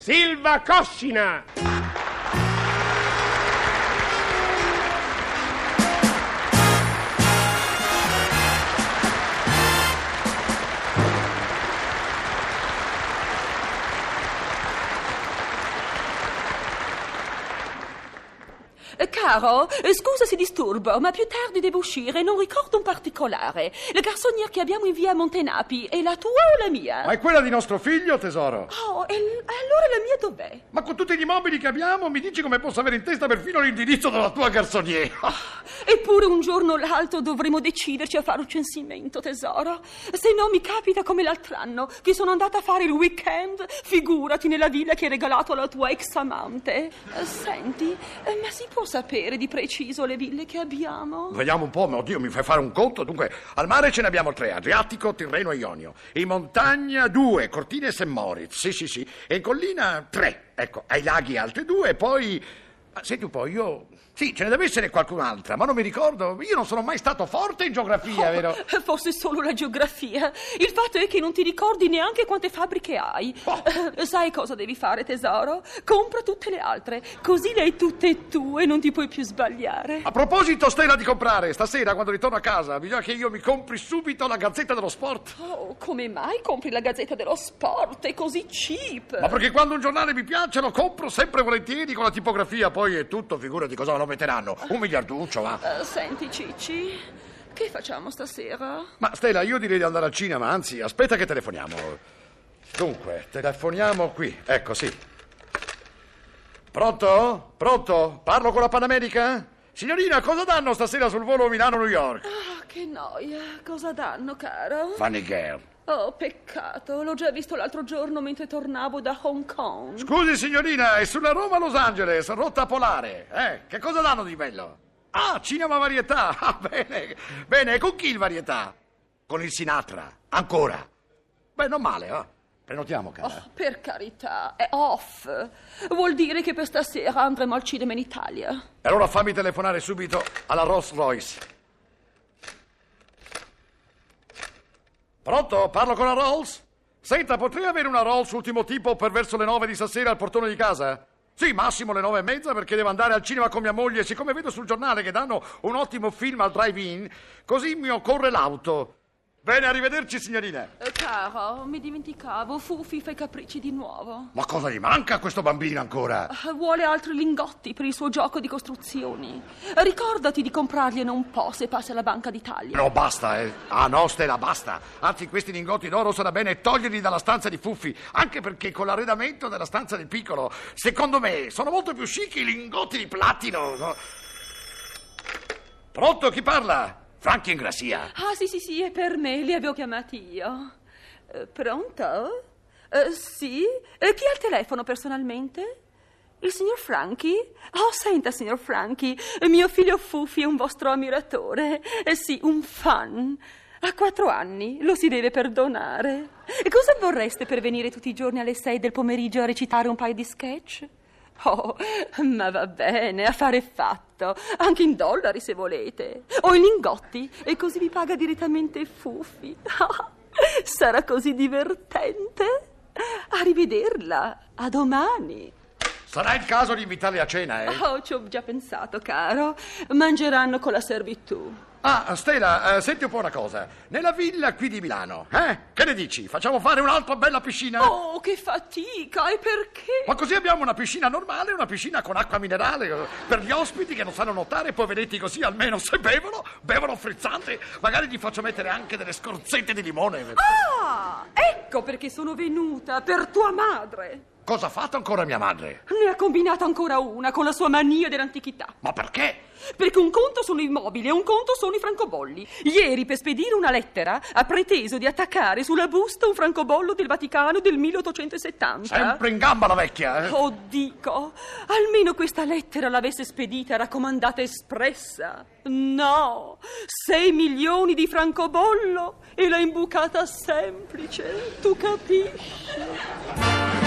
Silva Coscina! Caro, scusa se disturbo, ma più tardi devo uscire, non ricordo un particolare. La garçonniera che abbiamo in via Montenapi è la tua o la mia? Ma è quella di nostro figlio, tesoro? Oh, e allora la mia dov'è? Ma con tutti gli immobili che abbiamo, mi dici come posso avere in testa perfino l'indirizzo della tua garçonniera? Eppure un giorno o l'altro dovremo deciderci a fare un censimento, tesoro. Se no mi capita come l'altro anno, che sono andata a fare il weekend, figurati, nella villa che hai regalato alla tua ex amante. Senti, ma si può sapere di preciso le ville che abbiamo? Vediamo un po', ma oddio, mi fai fare un conto? Dunque, al mare ce ne abbiamo 3, Adriatico, Tirreno e Ionio. In montagna 2, Cortina e St. Moritz, sì. E in collina 3, ecco, ai laghi altre 2 e poi... Senti un po', io... Sì, ce ne deve essere qualcun'altra, ma non mi ricordo. Io non sono mai stato forte in geografia, vero? Forse solo la geografia. Il fatto è che non ti ricordi neanche quante fabbriche hai. Sai cosa devi fare, tesoro? Compra tutte le altre, così le hai tutte tue e non ti puoi più sbagliare. A proposito, Stella, di comprare, stasera quando ritorno a casa bisogna che io mi compri subito la Gazzetta dello Sport. Oh, come mai compri la Gazzetta dello Sport? È così cheap. Ma perché quando un giornale mi piace lo compro sempre volentieri con la tipografia, poi è tutto, figurati cosa lo metteranno. Un miliarduccio, va. Senti, Cicci, che facciamo stasera? Ma Stella, io direi di andare al cinema, anzi, aspetta che telefoniamo. Dunque, telefoniamo qui, ecco, sì. Pronto? Pronto? Parlo con la Panamerica? Signorina, cosa danno stasera sul volo Milano-New York? Che noia. Cosa danno, caro? Funny Girl. Oh, peccato, l'ho già visto l'altro giorno mentre tornavo da Hong Kong. Scusi, signorina, è sulla Roma-Los Angeles, rotta polare. Che cosa danno di bello? Ah, cinema varietà. Ah, bene. Bene, e con chi il varietà? Con il Sinatra. Ancora. Beh, non male, eh? Prenotiamo, cara. Oh, per carità, è off. Vuol dire che per stasera andremo al cinema in Italia. E allora fammi telefonare subito alla Rolls Royce. Pronto? Parlo con la Rolls? Senta, potrei avere una Rolls ultimo tipo per verso le 9 di stasera al portone di casa? Sì, massimo le 9:30 perché devo andare al cinema con mia moglie. Siccome vedo sul giornale che danno un ottimo film al drive-in, così mi occorre l'auto. Bene, arrivederci, signorina. Caro, mi dimenticavo, Fufi fa i capricci di nuovo. Ma cosa gli manca a questo bambino ancora? Vuole altri lingotti per il suo gioco di costruzioni. Ricordati di comprargliene un po' se passi alla Banca d'Italia. No, basta, eh. Ah no, Stella, basta. Anzi, questi lingotti d'oro sarà bene toglierli dalla stanza di Fuffi, anche perché con l'arredamento della stanza del piccolo, secondo me, sono molto più chic i lingotti di platino, no? Pronto, chi parla? Franchi Ingrassia. Ah, sì, è per me, li avevo chiamati io. Pronto? Sì? Chi ha il telefono personalmente? Il signor Franchi? Oh, senta, signor Franchi, mio figlio Fufi è un vostro ammiratore. Sì, un fan. Ha 4 anni, lo si deve perdonare. E cosa vorreste per venire tutti i giorni alle 6 del pomeriggio a recitare un paio di sketch? Oh, ma va bene, affare fatto. Anche in dollari se volete. O in lingotti, e così vi paga direttamente Fufi. Sarà così divertente. Arrivederla. A domani. Sarà il caso di invitarli a cena, eh? Oh, ci ho già pensato, caro. Mangeranno con la servitù. Ah, Stella, senti un po' una cosa. Nella villa qui di Milano, che ne dici? Facciamo fare un'altra bella piscina? Oh, che fatica, e perché? Ma così abbiamo una piscina normale e una piscina con acqua minerale per gli ospiti che non sanno nuotare, poveretti, così almeno se bevono frizzante. Magari gli faccio mettere anche delle scorzette di limone. Ah, ecco perché sono venuta, per tua madre. Cosa ha fatto ancora mia madre? Ne ha combinata ancora una con la sua mania dell'antichità. Ma perché? Perché un conto sono i mobili e un conto sono i francobolli. Ieri, per spedire una lettera, ha preteso di attaccare sulla busta un francobollo del Vaticano del 1870. Sempre in gamba la vecchia, eh? Oh, dico, almeno questa lettera l'avesse spedita raccomandata espressa. No, 6 milioni di francobollo e l'ha imbucata semplice, tu capisci?